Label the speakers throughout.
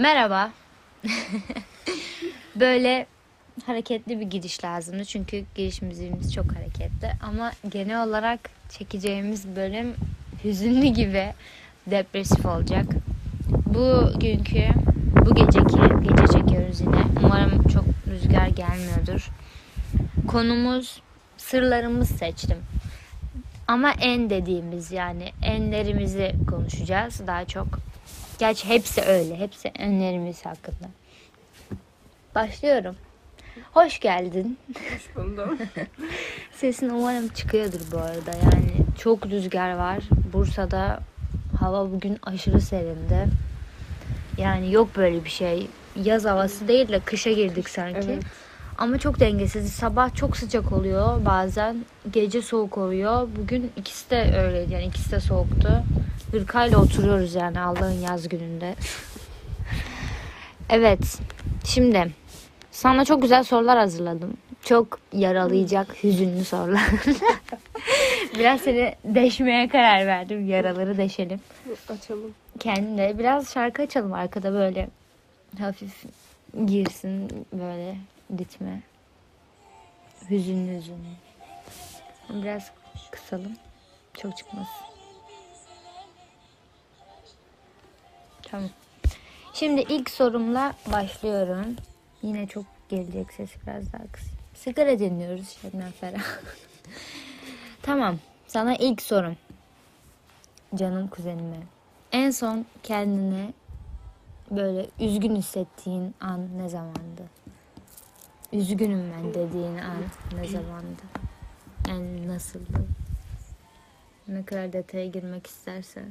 Speaker 1: Merhaba. Böyle hareketli bir giriş lazımdı. Çünkü giriş müziğimiz çok hareketli. Ama genel olarak çekeceğimiz bölüm hüzünlü gibi depresif olacak. Bu gece çekiyoruz yine. Umarım çok rüzgar gelmiyordur. Konumuz sırlarımız seçtim. Ama en dediğimiz yani enlerimizi konuşacağız daha çok. Gerçi hepsi öyle. Hepsi enlerimiz hakkında. Başlıyorum. Hoş geldin.
Speaker 2: Hoş buldum.
Speaker 1: Sesin umarım çıkıyordur bu arada. Yani çok rüzgar var. Bursa'da hava bugün aşırı serindi. Yani yok böyle bir şey. Yaz havası değil de kışa girdik sanki.
Speaker 2: Evet.
Speaker 1: Ama çok dengesiz. Sabah çok sıcak oluyor bazen. Gece soğuk oluyor. Bugün ikisi de öyleydi. Yani ikisi de soğuktu. Hırkayla oturuyoruz yani Allah'ın yaz gününde. Evet. Şimdi sana çok güzel sorular hazırladım. Çok yaralayacak, hüzünlü sorular. Biraz seni deşmeye karar verdim. Yaraları deşelim.
Speaker 2: Açalım.
Speaker 1: Kendine biraz şarkı açalım arkada böyle hafif girsin böyle ritme. Hüzünlü. Biraz kısalım. Çok çıkmasın. Tamam. Şimdi ilk sorumla başlıyorum. Yine çok gelecek ses biraz daha kısayım. Sigara dinliyoruz Şebnem Ferah. Tamam. Sana ilk sorum. Canım kuzenime. En son kendini böyle üzgün hissettiğin an ne zamandı? Üzgünüm ben dediğin an ne zamandı? Yani nasıldı? Ne kadar detaya girmek istersen.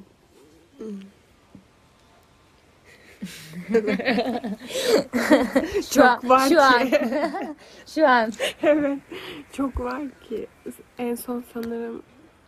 Speaker 2: Çok var
Speaker 1: şu
Speaker 2: ki.
Speaker 1: an. Şu an.
Speaker 2: Evet. Çok var ki. En son sanırım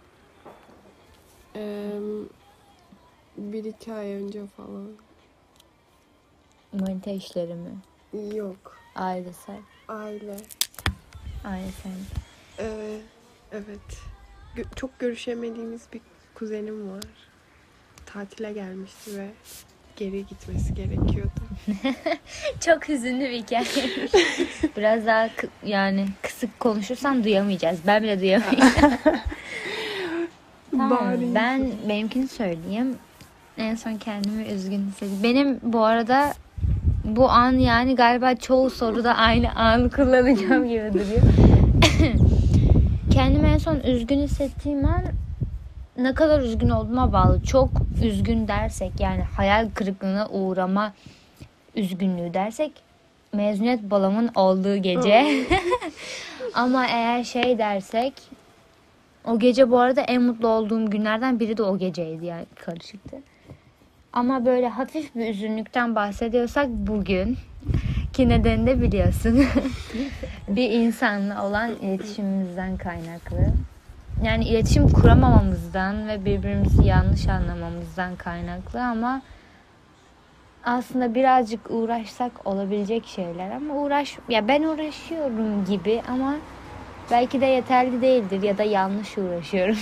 Speaker 2: 1-2 ay önce falan.
Speaker 1: Manita işleri mi?
Speaker 2: Yok.
Speaker 1: Ailesel.
Speaker 2: Aile.
Speaker 1: Ailesel.
Speaker 2: Evet. Çok görüşemediğimiz bir kuzenim var. Tatile gelmişti ve geri gitmesi gerekiyordu.
Speaker 1: Çok hüzünlü bir hikaye. Biraz daha yani kısık konuşursan duyamayacağız. Ben bile duyamayacağım. Tamam.
Speaker 2: Bari.
Speaker 1: Ben benimkini söyleyeyim. En son kendimi üzgün hissettim. Benim bu arada bu an yani galiba çoğu soruda aynı anı kullanacağım gibi duruyor. Kendimi en son üzgün hissettiğim an ne kadar üzgün olduğuma bağlı. Çok üzgün dersek yani hayal kırıklığına uğrama üzgünlüğü dersek mezuniyet balamın olduğu gece. Ama eğer şey dersek o gece bu arada en mutlu olduğum günlerden biri de o geceydi yani karışıktı. Ama böyle hafif bir üzünlükten bahsediyorsak bugün ki nedeni de biliyorsun. Bir insanla olan iletişimimizden kaynaklı. Yani iletişim kuramamamızdan ve birbirimizi yanlış anlamamızdan kaynaklı ama aslında birazcık uğraşsak olabilecek şeyler ama ben uğraşıyorum gibi ama belki de yeterli değildir ya da yanlış uğraşıyorum.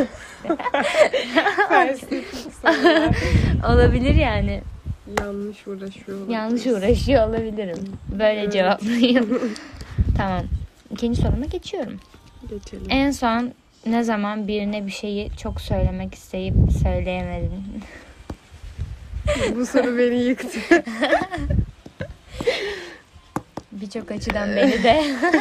Speaker 1: Olabilir yani.
Speaker 2: Yanlış uğraşıyor olabilir.
Speaker 1: Yanlış uğraşıyor olabilirim. Böyle
Speaker 2: Evet.
Speaker 1: cevaplayayım. Tamam. İkinci soruma geçiyorum.
Speaker 2: Geçelim.
Speaker 1: En son ne zaman birine bir şeyi çok söylemek isteyip söyleyemedin?
Speaker 2: Bu soru beni yıktı.
Speaker 1: Birçok açıdan beni de.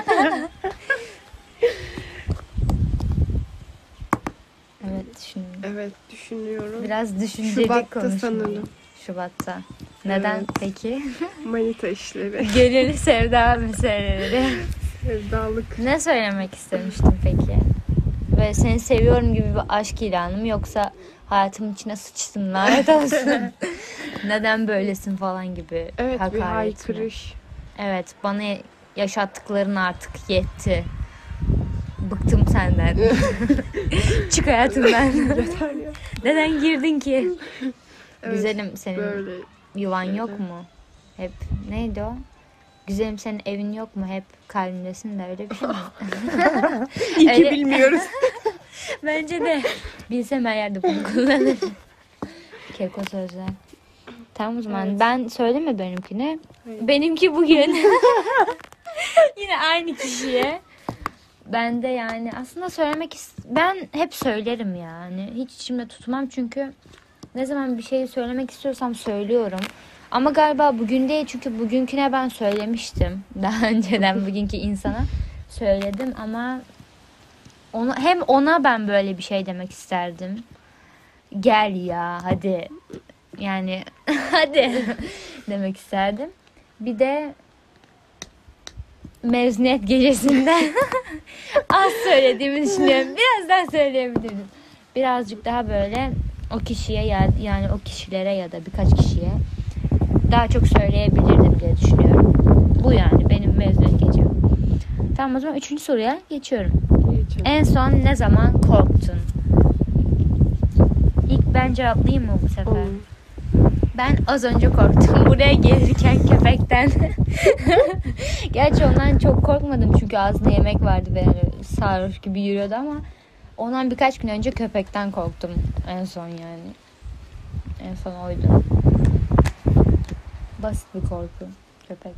Speaker 2: Evet, düşünüyorum.
Speaker 1: Biraz düşünceli
Speaker 2: Şubat'ta
Speaker 1: konuşalım.
Speaker 2: sanırım.
Speaker 1: Şubat'ta. Neden
Speaker 2: Evet.
Speaker 1: peki?
Speaker 2: Manita işleri.
Speaker 1: Gönül sevda meseleleri.
Speaker 2: Sevdalık.
Speaker 1: Ne söylemek istemiştin peki? Ve seni seviyorum gibi bir aşk ilanı mı yoksa hayatımın içine sıçtın lanet olsun. Neden böylesin falan gibi
Speaker 2: Evet, bir
Speaker 1: hakaret mi?
Speaker 2: haykırış.
Speaker 1: Evet, bana yaşattıkların artık yetti. Bıktım senden. Çık hayatımdan.
Speaker 2: Yeter ya.
Speaker 1: Neden girdin ki?
Speaker 2: Evet,
Speaker 1: Güzelim senin
Speaker 2: böyle
Speaker 1: yuvan
Speaker 2: şeyler.
Speaker 1: yok mu? Hep neydi o? Güzelim senin evin yok mu? Hep kalbimdesin de öyle bir şey mi?
Speaker 2: İyi ki
Speaker 1: Öyle-
Speaker 2: bilmiyoruz.
Speaker 1: Bence de. Bilsem her yerde bunu kullanırım. Keko sözler. Tamam o zaman
Speaker 2: Evet.
Speaker 1: ben söyleme benimkini.
Speaker 2: Hayır.
Speaker 1: Benimki bugün. Yine aynı kişiye. Ben de yani aslında ben hep söylerim yani. Hiç içimde tutmam çünkü ne zaman bir şeyi söylemek istiyorsam söylüyorum. Ama galiba bugün değil çünkü bugünküne ben söylemiştim. Daha önceden bugünkü insana söyledim ama hem ona ben böyle bir şey demek isterdim. Gel ya hadi. Yani hadi demek isterdim. Bir de mezuniyet gecesinden az söylediğimi düşünüyorum. Biraz daha söyleyebilirdim. Birazcık daha böyle o kişiye yani o kişilere ya da birkaç kişiye daha çok söyleyebilirdim diye düşünüyorum. Bu yani benim mezuniyet gecem. Tamam o zaman 3. soruya geçiyorum.
Speaker 2: Geçelim.
Speaker 1: En son ne zaman korktun? İlk ben cevaplayayım mı bu sefer?
Speaker 2: Olur.
Speaker 1: Ben az önce korktum. Buraya gelirken köpekten. Gerçi ondan çok korkmadım çünkü ağzında yemek vardı ve yani sarhoş gibi yürüyordu ama ondan birkaç gün önce köpekten korktum en son yani. En son oydu. Basit bir korku. Köpek.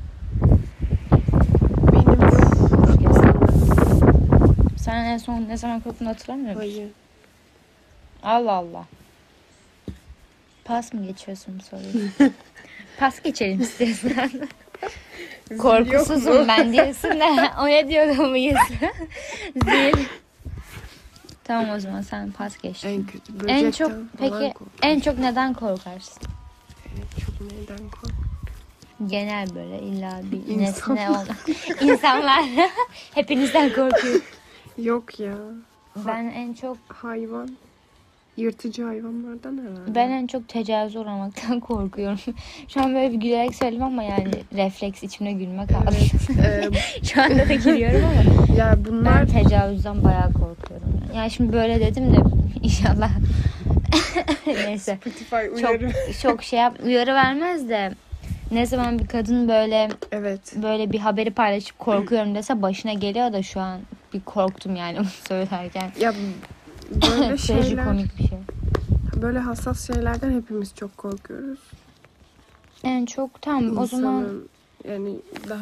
Speaker 2: Benim yok.
Speaker 1: Sen en son ne zaman korktuğunu hatırlamıyor musun?
Speaker 2: Hayır.
Speaker 1: Allah Allah. Pas mı geçiyorsun bu soruyu? Pas geçelim istiyorsan. Korkusuzum
Speaker 2: Yok mu?
Speaker 1: ben diyorsun da o ne diyor muyuz? Zil. Tamam o zaman sen pas geçtin.
Speaker 2: En kötü böcekten
Speaker 1: En çok
Speaker 2: falan
Speaker 1: peki
Speaker 2: korkuyorum.
Speaker 1: en çok neden korkarsın?
Speaker 2: En çok neden korkuyorum?
Speaker 1: Genel böyle illa bir
Speaker 2: İnsan.
Speaker 1: nesne olan. İnsanlar hepinizden korkuyor.
Speaker 2: Yok ya.
Speaker 1: Ben en çok
Speaker 2: Hayvan. Yırtıcı hayvanlardan herhalde.
Speaker 1: Ben en çok tecavüze uğramaktan korkuyorum. Şu an böyle bir gülerek söyledim ama yani refleks içimde gülme kaldı.
Speaker 2: Evet,
Speaker 1: Şu anda da gülüyorum ama
Speaker 2: ya
Speaker 1: ben
Speaker 2: bunlar
Speaker 1: tecavüzden bayağı korkuyorum. Yani şimdi böyle dedim de inşallah neyse
Speaker 2: Spotify
Speaker 1: çok
Speaker 2: uyarı.
Speaker 1: çok uyarı vermez de ne zaman bir kadın
Speaker 2: Evet.
Speaker 1: böyle bir haberi paylaşıp korkuyorum dese başına geliyor da şu an bir korktum yani onu söylerken.
Speaker 2: Ya böyle şeyler,
Speaker 1: Trajikomik bir şey.
Speaker 2: böyle hassas şeylerden hepimiz çok korkuyoruz.
Speaker 1: En çok tamam o zaman
Speaker 2: İnsanın yani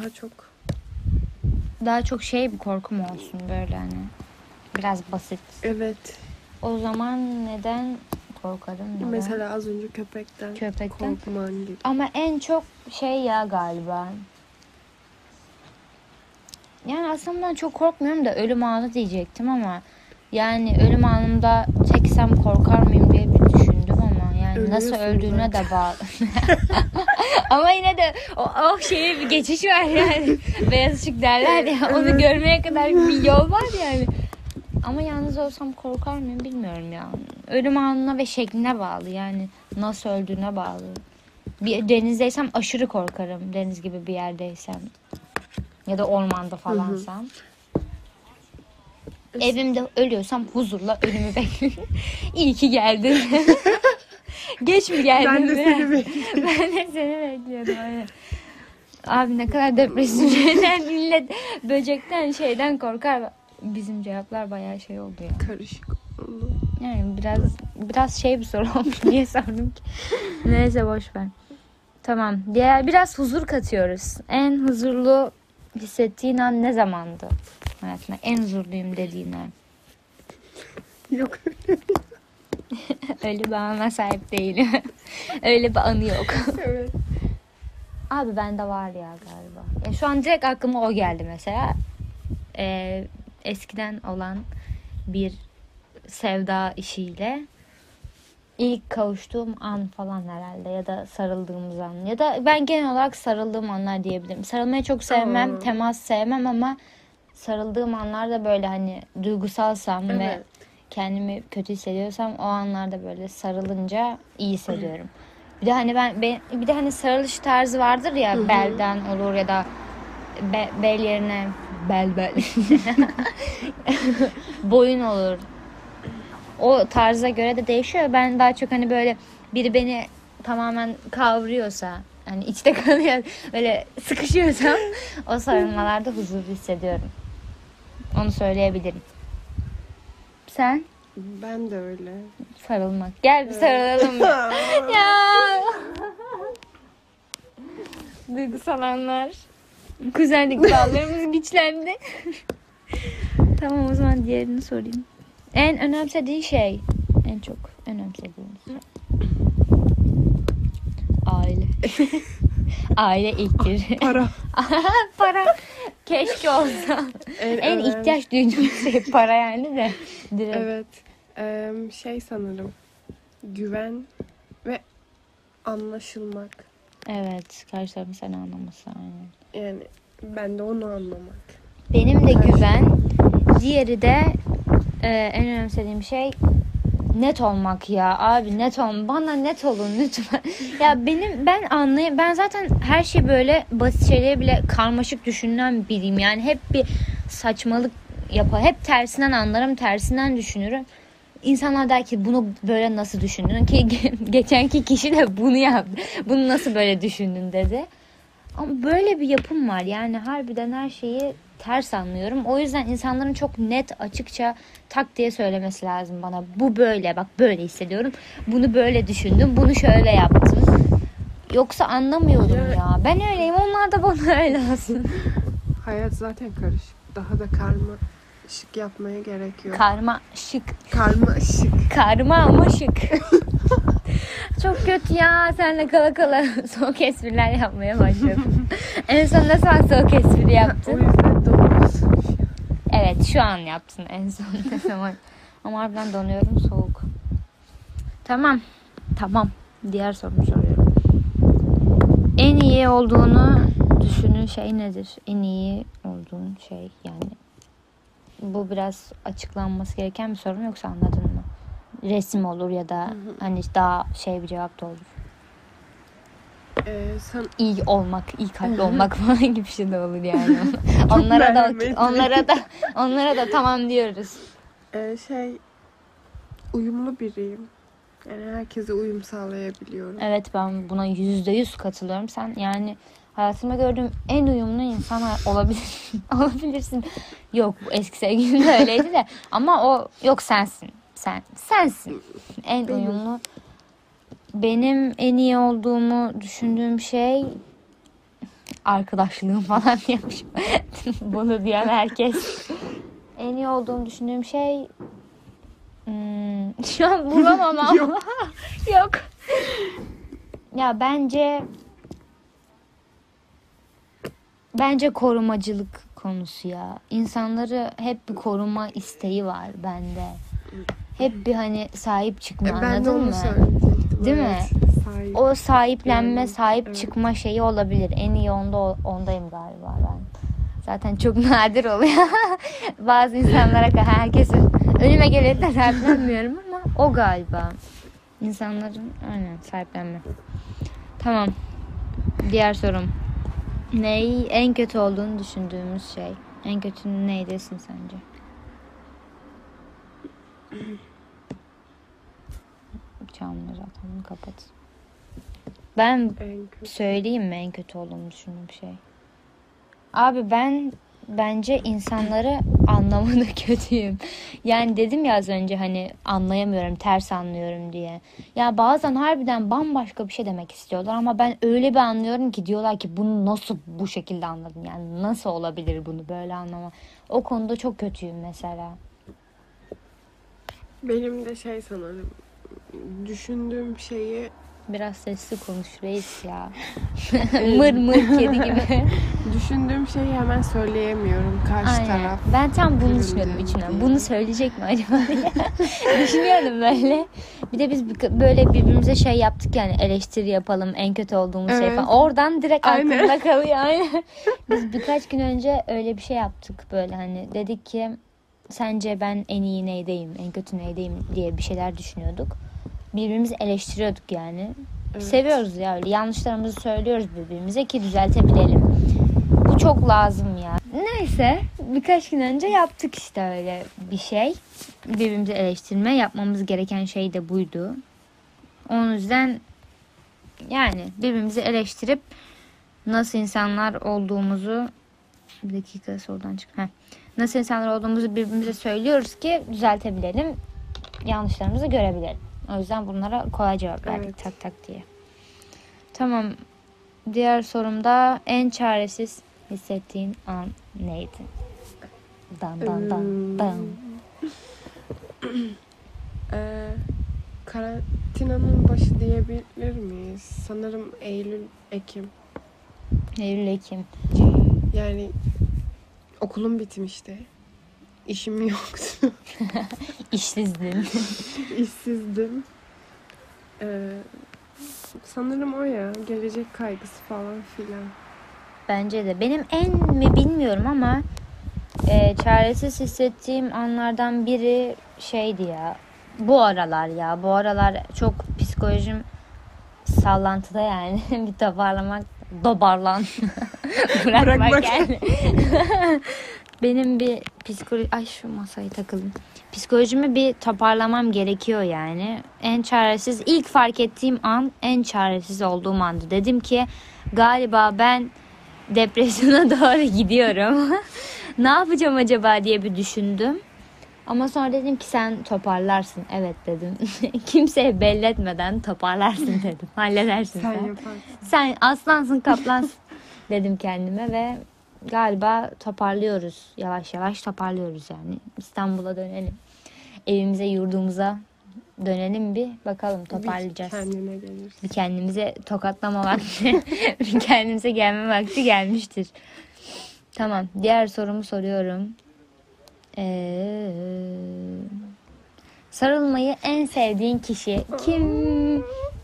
Speaker 1: daha çok şey bir korkum olsun böyle hani biraz basit.
Speaker 2: evet.
Speaker 1: O zaman neden korkarım? Neden?
Speaker 2: Mesela az önce köpekten korkman gibi.
Speaker 1: Ama en çok şey ya galiba. Yani aslında ben çok korkmuyorum da ölüm anı diyecektim ama yani ölüm anında teksem korkar mıyım diye bir düşündüm ama yani nasıl
Speaker 2: Ölüyorsun
Speaker 1: öldüğüne
Speaker 2: zaten.
Speaker 1: de bağlı. Ama yine de o şeye bir geçiş var yani. Beyaz ışık derler ya. Onu
Speaker 2: Evet.
Speaker 1: görmeye kadar bir yol var yani. Ama yalnız olsam korkar mıyım bilmiyorum ya. Ölüm anına ve şekline bağlı yani. Nasıl öldüğüne bağlı. Bir denizdeysem aşırı korkarım. Deniz gibi bir yerdeysem. Ya da ormanda falansam. Evimde ölüyorsam huzurla ölümü bekliyorum. İyi ki geldin. Geç mi geldin?
Speaker 2: Ben de
Speaker 1: be?
Speaker 2: seni bekliyorum.
Speaker 1: Ben de seni bekliyordum. Aynen. Abi ne kadar depresif şeyler. Millet böcekten şeyden korkar. Bizim cevaplar bayağı şey oldu ya.
Speaker 2: Karışık oldu.
Speaker 1: Yani biraz şey bir soru olmuş. Niye sordum ki? Neyse boş ver. Tamam. Biraz huzur katıyoruz. En huzurlu hissettiğin an ne zamandı? Hayatında en huzurluyum dediğin an.
Speaker 2: Yok.
Speaker 1: Öyle bir ana sahip değilim. Öyle bir anı yok.
Speaker 2: Evet.
Speaker 1: Abi bende var ya galiba. Ya şu an direkt aklıma o geldi mesela. Eskiden olan bir sevda işiyle ilk kavuştuğum an falan herhalde ya da sarıldığımız an ya da ben genel olarak sarıldığım anlar diyebilirim. Sarılmayı çok sevmem, temas sevmem ama sarıldığım anlarda böyle hani duygusalsam ve
Speaker 2: Evet.
Speaker 1: kendimi kötü hissediyorsam o anlarda böyle sarılınca iyi hissediyorum. Bir de hani bir de hani sarılış tarzı vardır ya belden olur ya da bel yerine bel boyun olur. O tarza göre de değişiyor. Ben daha çok hani böyle biri beni tamamen kavruyorsa hani içte kalıyor böyle sıkışıyorsam o sarılmalarda huzur hissediyorum. Onu söyleyebilirim. Sen?
Speaker 2: Ben de öyle.
Speaker 1: Sarılmak. Gel bir sarılalım. Ya. Duygusal anlar. Kuzenlik bağlarımız güçlendi. Tamam, o zaman diğerini sorayım. En önemsediğin şey. En çok önemsediğin şey. Aile. Aile ilktir.
Speaker 2: Para.
Speaker 1: Para. Keşke olsa. En ihtiyaç duyduğum şey para yani de. Direkt.
Speaker 2: Evet. Şey sanırım. Güven ve anlaşılmak.
Speaker 1: Evet. Karşı tarafın seni anlaması. Aynen.
Speaker 2: Yani ben de onu anlamak.
Speaker 1: Benim de güven. Diğeri de en önemsediğim şey net olmak ya. Abi net olun. Bana net olun lütfen. Ya ben zaten her şey böyle basit şeyleri bile karmaşık düşünen biriyim. Yani hep bir saçmalık yapar. Hep tersinden anlarım, tersinden düşünürüm. İnsanlar der ki bunu böyle nasıl düşündün ki geçenki kişi de bunu yaptı. Bunu nasıl böyle düşündün dedi. Ama böyle bir yapım var. Yani harbiden her şeyi ters anlıyorum. O yüzden insanların çok net, açıkça tak diye söylemesi lazım bana. Bu böyle, bak böyle hissediyorum. Bunu böyle düşündüm, bunu şöyle yaptım. Yoksa anlamıyorum ya. Ben öyleyim, onlar da bana öyle olsun.
Speaker 2: Hayat zaten karışık. Daha da karmaşık yapmaya gerek yok.
Speaker 1: Karma şık.
Speaker 2: Karmaşık.
Speaker 1: Karma ama şık. Çok kötü ya. Seninle kala kala soğuk espriler yapmaya başladım. En son ne zaman soğuk espri
Speaker 2: O
Speaker 1: yaptın?
Speaker 2: yüzden donuyorsun.
Speaker 1: Evet, şu an yaptın en son ne zaman. Ama harbiden donuyorum, soğuk. Tamam. Diğer sorumu soruyorum. En iyi olduğunu düşündüğün şey nedir? En iyi olduğun şey yani. Bu biraz açıklanması gereken bir soru mu, yoksa anladın mı? Resim olur ya da hani daha şey bir cevap da olur. İyi olmak, iyi kalpli olmak falan gibi bir şey de olur yani. onlara da tamam diyoruz.
Speaker 2: Uyumlu biriyim. Yani herkese uyum sağlayabiliyorum.
Speaker 1: Evet, ben buna %100 katılıyorum. Sen yani hayatımda gördüğüm en uyumlu insan olabilirsin. Yok, bu eski sevgilim de öyleydi de. Ama o yok, sensin. Sensin. En
Speaker 2: Benim.
Speaker 1: uyumlu. Benim en iyi olduğumu düşündüğüm şey arkadaşlığım falan diyormuşum. Bunu diyen herkes. En iyi olduğumu düşündüğüm şey şu an bulamam ama. Yok. Ya bence korumacılık konusu ya. İnsanları hep bir koruma isteği var bende. Hep bir hani sahip çıkma,
Speaker 2: Ben de
Speaker 1: anladın
Speaker 2: onu
Speaker 1: mı?
Speaker 2: söyleyecektim.
Speaker 1: Değil
Speaker 2: Evet,
Speaker 1: mi?
Speaker 2: sahip.
Speaker 1: O sahiplenme,
Speaker 2: Yani,
Speaker 1: sahip
Speaker 2: evet.
Speaker 1: çıkma şeyi olabilir. En iyi ondayım galiba ben. Zaten çok nadir oluyor. Bazı insanlara herkesin önüme gelip de sahiplenmiyorum ama o galiba. İnsanların aynen sahiplenme. Tamam. Diğer sorum. En kötü olduğunu düşündüğümüz şey. En kötü neydesin sence? Çalmıyor zaten, bunu kapat. Ben
Speaker 2: En kötü.
Speaker 1: söyleyeyim mi en kötü olduğumu düşündüğüm şey? Abi bence insanları anlamada kötüyüm. Yani dedim ya az önce hani anlayamıyorum, ters anlıyorum diye. Ya bazen harbiden bambaşka bir şey demek istiyorlar ama ben öyle bir anlıyorum ki diyorlar ki bunu nasıl bu şekilde anladın? Yani nasıl olabilir bunu böyle anlama? O konuda çok kötüyüm mesela.
Speaker 2: Benim de sanırım düşündüğüm şeyi
Speaker 1: Biraz sesli konuş reis ya. Mır mır kedi gibi.
Speaker 2: düşündüğüm şeyi hemen söyleyemiyorum. Karşı taraf.
Speaker 1: Ben tam bunu
Speaker 2: Kırıldı
Speaker 1: düşünüyordum içimden.
Speaker 2: diye.
Speaker 1: Bunu söyleyecek mi acaba diye. Düşünüyordum böyle. Bir de biz böyle birbirimize şey yaptık yani, eleştiri yapalım, en kötü olduğumuz şey
Speaker 2: Evet.
Speaker 1: falan. Oradan direkt
Speaker 2: Aynen.
Speaker 1: aklımda kalıyor. Aynen. Biz birkaç gün önce öyle bir şey yaptık böyle, hani dedik ki sence ben en iyi neydeyim, en kötü neydeyim diye bir şeyler düşünüyorduk. Birbirimizi eleştiriyorduk yani.
Speaker 2: Evet.
Speaker 1: Seviyoruz ya öyle. Yanlışlarımızı söylüyoruz birbirimize ki düzeltebilelim. Bu çok lazım ya. Neyse, birkaç gün önce yaptık işte öyle bir şey. Birbirimizi eleştirme, yapmamız gereken şey de buydu. O yüzden yani birbirimizi eleştirip nasıl insanlar olduğumuzu, bir dakika soldan çık. Nasıl insanlar olduğumuzu birbirimize söylüyoruz ki düzeltebilelim. Yanlışlarımızı görebilelim. O yüzden bunlara kolay cevap verdik,
Speaker 2: Evet.
Speaker 1: tak tak diye. Tamam. Diğer sorumda en çaresiz hissettiğin an neydi? Dan dan dan dan.
Speaker 2: Karantinanın başı diyebilir miyiz? Sanırım Eylül, Ekim.
Speaker 1: Eylül, Ekim.
Speaker 2: Yani okulum bitmişti. İşim yoktu.
Speaker 1: İşsizdin.
Speaker 2: İşsizdim. Sanırım o ya. Gelecek kaygısı falan filan.
Speaker 1: Bence de. Benim en mi bilmiyorum ama çaresiz hissettiğim anlardan biri şeydi ya. Bu aralar çok psikolojim sallantıda yani. Bir toparlamak, dobarlan. Bırakmak yani. Benim bir psikoloji... Ay şu masayı takıldım. Psikolojimi bir toparlamam gerekiyor yani. En çaresiz, ilk fark ettiğim an en çaresiz olduğum andı. Dedim ki galiba ben depresyona doğru gidiyorum. Ne yapacağım acaba diye bir düşündüm. Ama sonra dedim ki sen toparlarsın. Evet dedim. Kimseye belli etmeden toparlarsın dedim. Halledersin
Speaker 2: Sen
Speaker 1: sen.
Speaker 2: yaparsın.
Speaker 1: Sen aslansın kaplansın dedim kendime ve galiba toparlıyoruz. Yavaş yavaş toparlıyoruz yani. İstanbul'a dönelim. Evimize, yurdumuza dönelim bir bakalım toparlayacağız.
Speaker 2: Bir kendine gelirsin.
Speaker 1: Bir kendimize tokatlama vakti, bir kendimize gelme vakti gelmiştir. Tamam. Diğer sorumu soruyorum. Sarılmayı en sevdiğin kişi kim?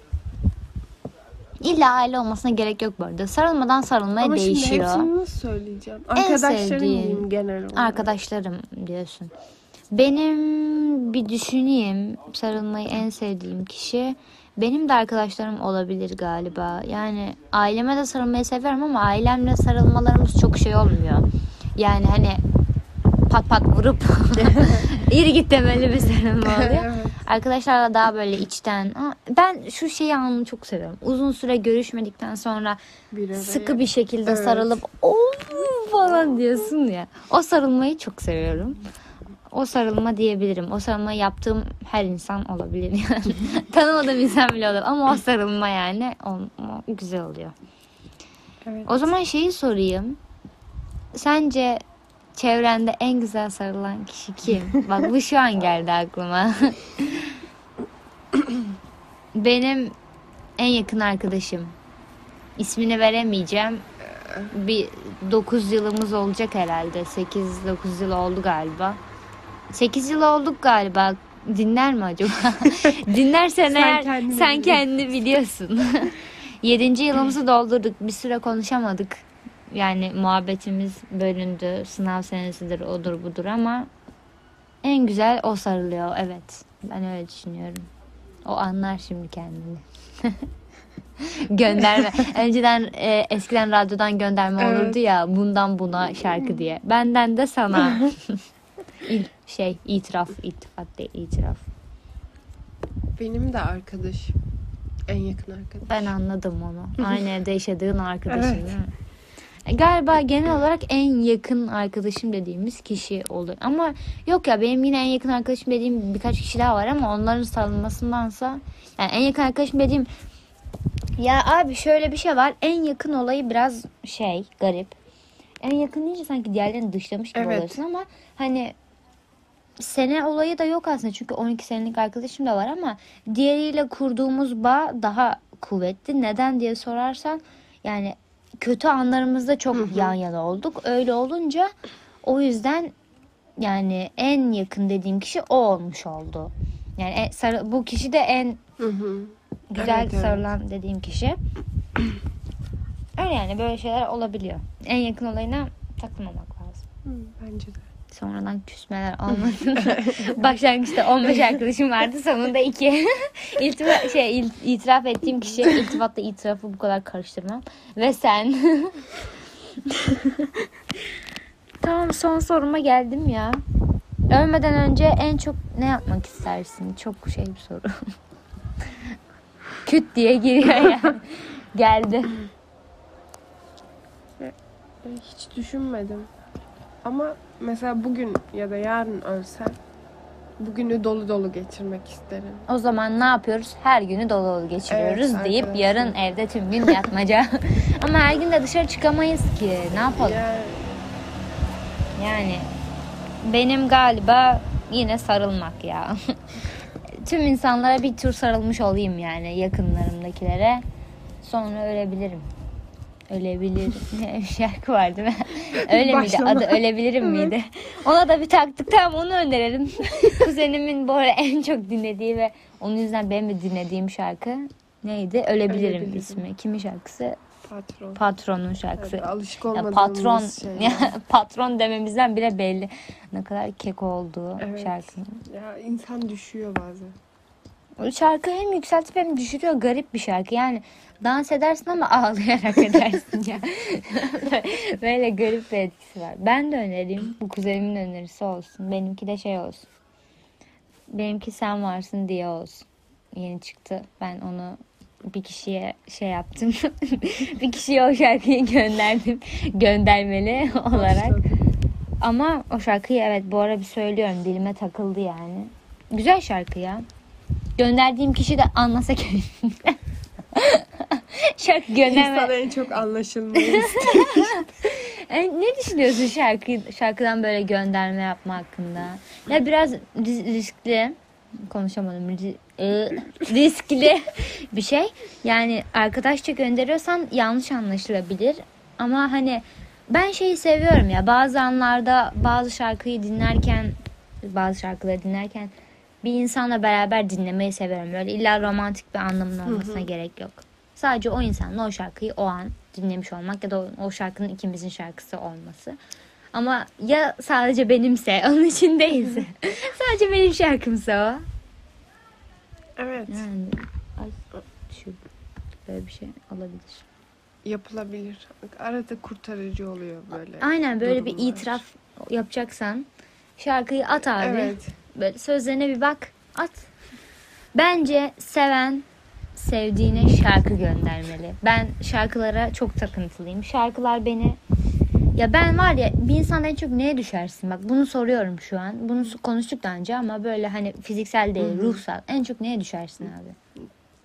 Speaker 1: İlla aile olmasına gerek yok bu arada. Sarılmadan sarılmaya
Speaker 2: Ama
Speaker 1: değişiyor.
Speaker 2: şimdi hepsini nasıl söyleyeceğim?
Speaker 1: En
Speaker 2: Arkadaşlarım
Speaker 1: sevdiğin,
Speaker 2: diyeyim genel olarak.
Speaker 1: arkadaşlarım diyorsun. Benim bir düşüneyim. Sarılmayı en sevdiğim kişi benim de arkadaşlarım olabilir galiba. Yani aileme de sarılmayı severim ama ailemle sarılmalarımız çok şey olmuyor. Yani hani pat pat vurup yürü git demeli bir sarılma oluyor.
Speaker 2: Evet.
Speaker 1: Arkadaşlarla daha böyle içten. Ben şu şeyi anını çok seviyorum. Uzun süre görüşmedikten sonra
Speaker 2: Bir araya.
Speaker 1: sıkı bir şekilde
Speaker 2: Evet.
Speaker 1: sarılıp falan diyorsun ya. O sarılmayı çok seviyorum. O sarılma diyebilirim. O sarılmayı yaptığım her insan olabilir yani. Tanımadığım insan bile olur ama o sarılma yani o güzel oluyor.
Speaker 2: Evet.
Speaker 1: O zaman şeyi sorayım. Sence çevrende en güzel sarılan kişi kim? Bak bu şu an geldi aklıma. Benim en yakın arkadaşım. İsmini veremeyeceğim. Bir 9 yılımız olacak herhalde. 8-9 yıl oldu galiba. 8 yıl olduk galiba. Dinler mi acaba? Dinlersen
Speaker 2: Sen
Speaker 1: eğer
Speaker 2: kendini
Speaker 1: sen
Speaker 2: biliyorsun.
Speaker 1: kendini biliyorsun. 7. yılımızı doldurduk. Bir süre konuşamadık. Yani muhabbetimiz bölündü. Sınav senesidir, odur budur ama en güzel o sarılıyor. Evet. Ben öyle düşünüyorum. O anlar şimdi kendini. Gönderme. Önceden eskiden radyodan gönderme
Speaker 2: Evet.
Speaker 1: olurdu ya. Bundan buna şarkı diye. Benden de sana. İtiraf. İltifat değil, itiraf.
Speaker 2: Benim de arkadaşım. En yakın arkadaşım.
Speaker 1: Ben anladım onu. Aynı evde yaşadığın arkadaşın
Speaker 2: Evet.
Speaker 1: değil mi? Galiba genel olarak en yakın arkadaşım dediğimiz kişi olur. Ama yok ya benim yine en yakın arkadaşım dediğim birkaç kişi daha var ama onların sarılmasındansa yani en yakın arkadaşım dediğim ya abi şöyle bir şey var. En yakın olayı biraz garip. En yakın deyince sanki diğerlerini dışlamış gibi
Speaker 2: Evet.
Speaker 1: oluyorsun ama hani sene olayı da yok aslında. Çünkü 12 senelik arkadaşım da var ama diğeriyle kurduğumuz bağ daha kuvvetli. Neden diye sorarsan yani kötü anlarımızda çok yan yana olduk. Öyle olunca o yüzden yani en yakın dediğim kişi o olmuş oldu. Yani bu kişi de en
Speaker 2: Hı hı.
Speaker 1: güzel
Speaker 2: Evet, evet.
Speaker 1: sarılan dediğim kişi. Öyle yani böyle şeyler olabiliyor. En yakın olayına takılmamak lazım.
Speaker 2: Hı, bence de.
Speaker 1: Sonradan küsmeler olmasın. Başlangıçta 15 arkadaşım vardı. Sonunda 2. İtiraf ettiğim kişi iltifatla itirafı bu kadar karıştırmam. Ve sen. Tamam son soruma geldim ya. Ölmeden önce en çok ne yapmak istersin? Çok bir soru. Küt diye giriyor yani. Geldi.
Speaker 2: Hiç düşünmedim. Ama mesela bugün ya da yarın ölsem Bugünü dolu dolu geçirmek isterim.
Speaker 1: O zaman ne yapıyoruz? Her günü dolu dolu geçiriyoruz
Speaker 2: Evet,
Speaker 1: deyip
Speaker 2: arkadaşlar.
Speaker 1: yarın evde tüm gün yatmaca. Ama her gün de dışarı çıkamayız ki. Ne yapalım? Yani benim galiba yine sarılmak ya. Tüm insanlara bir tur sarılmış olayım yani, yakınlarımdakilere. Sonra ölebilirim. Ölebilirim. Bir şarkı var değil mi? Öyle miydi?
Speaker 2: Başlama.
Speaker 1: Adı Ölebilirim miydi? Ona da bir taktık. Tamam, onu önerelim. Kuzenimin bu ara en çok dinlediği ve onun yüzünden benim de dinlediğim şarkı neydi? Ölebilirim,
Speaker 2: Ölebilirim.
Speaker 1: ismi. Kimin şarkısı?
Speaker 2: Patron.
Speaker 1: Patron'un şarkısı.
Speaker 2: Evet, alışık
Speaker 1: Ya
Speaker 2: olmadığımız
Speaker 1: patron
Speaker 2: şeyler.
Speaker 1: patron dememizden bile belli ne kadar keko olduğu
Speaker 2: Evet.
Speaker 1: şarkının.
Speaker 2: Ya insan düşüyor bazen.
Speaker 1: O şarkı hem yükseltip hem düşürüyor, garip bir şarkı. Yani dans edersin ama ağlayarak edersin ya. Böyle garip bir etkisi var. Ben de önereyim. Bu kuzenimin önerisi olsun. Benimki de şey olsun. Benimki Sen Varsın diye olsun. Yeni çıktı. Ben onu bir kişiye şey yaptım. Bir kişiye o şarkıyı gönderdim. Göndermeli olarak.
Speaker 2: Başladım.
Speaker 1: Ama o şarkıyı evet bu ara bir söylüyorum. Dilime takıldı yani. Güzel şarkı ya. Gönderdiğim kişi de anlasa kendini. Şarkı
Speaker 2: İnsan
Speaker 1: gönderme.
Speaker 2: en çok anlaşılmayı istiyor.
Speaker 1: Ne düşünüyorsun şarkıdan böyle gönderme yapma hakkında? Ya biraz riskli. Konuşamadım. Riskli bir şey. Yani arkadaşça gönderiyorsan yanlış anlaşılabilir. Ama hani ben şeyi seviyorum ya. Bazı anlarda bazı şarkıları dinlerken bir insanla beraber dinlemeyi seviyorum. Böyle illa romantik bir anlamın olmasına gerek yok. Sadece o insanla o şarkıyı o an dinlemiş olmak ya da o şarkının ikimizin şarkısı olması. Ama ya sadece benimse, onun için değilse. Sadece benim şarkımsa o.
Speaker 2: Evet.
Speaker 1: Yani böyle bir şey olabilir.
Speaker 2: Yapılabilir. Arada kurtarıcı oluyor böyle.
Speaker 1: Aynen, böyle bir
Speaker 2: durumlar.
Speaker 1: itiraf yapacaksan şarkıyı at abi.
Speaker 2: Evet.
Speaker 1: Böyle sözlerine bir bak, at. Bence seven sevdiğine şarkı göndermeli. Ben şarkılara çok takıntılıyım. Şarkılar beni... Ya ben var ya, bir insan en çok neye düşersin? Bak bunu soruyorum şu an. Bunu konuştuk daha önce ama böyle hani fiziksel değil, ruhsal. En çok neye düşersin abi?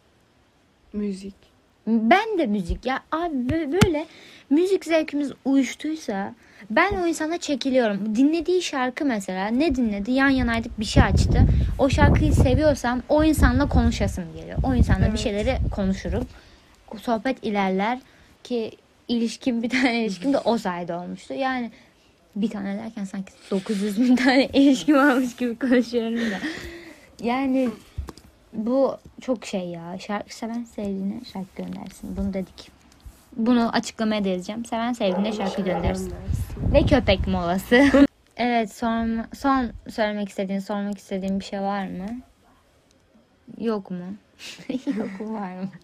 Speaker 2: Müzik.
Speaker 1: Ben de müzik ya abi, böyle müzik zevkimiz uyuştuysa ben o insana çekiliyorum. Dinlediği şarkı mesela, ne dinledi? Yan yanaydık, bir şey açtı. O şarkıyı seviyorsam o insanla konuşasım geliyor. O insanla bir
Speaker 2: Evet.
Speaker 1: şeyleri konuşurum. Sohbet ilerler ki bir tane ilişkim de o sayede olmuştu. Yani bir tane derken sanki 900 bin tane ilişkim olmuş gibi konuşuyorum da. Yani bu çok şey ya. Şarkı seven sevdiğine şarkı göndersin. Bunu dedik. Bunu açıklamaya da yazacağım. Seven sevdiğine şarkı göndersin. Ve köpek molası. Evet, son sormak istediğin bir şey var mı? Yok mu? Yok mu, var mı?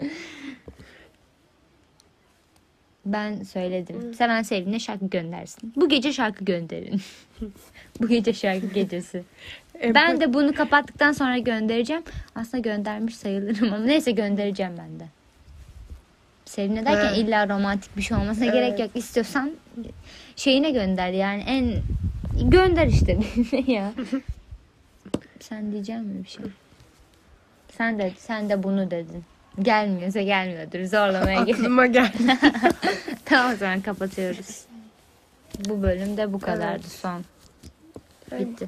Speaker 1: Ben söyledim. Seven sevdiğine şarkı göndersin. Bu gece şarkı gönderin. Bu gece şarkı gecesi. Ben de bunu kapattıktan sonra göndereceğim. Aslında göndermiş sayılırım ama neyse, göndereceğim ben de. Sevdiğine derken illa romantik bir şey olmasına gerek yok. İstiyorsan şeyine gönder yani, gönder işte ya. Sen diyecek mi bir şey? Sen de bunu dedin. Gelmiyorsa gelmiyordur. Zorlamaya gerek.
Speaker 2: Aklıma geldi.
Speaker 1: Tamam, o zaman kapatıyoruz. Bu bölüm de bu kadardı,
Speaker 2: Evet.
Speaker 1: son. Bitti.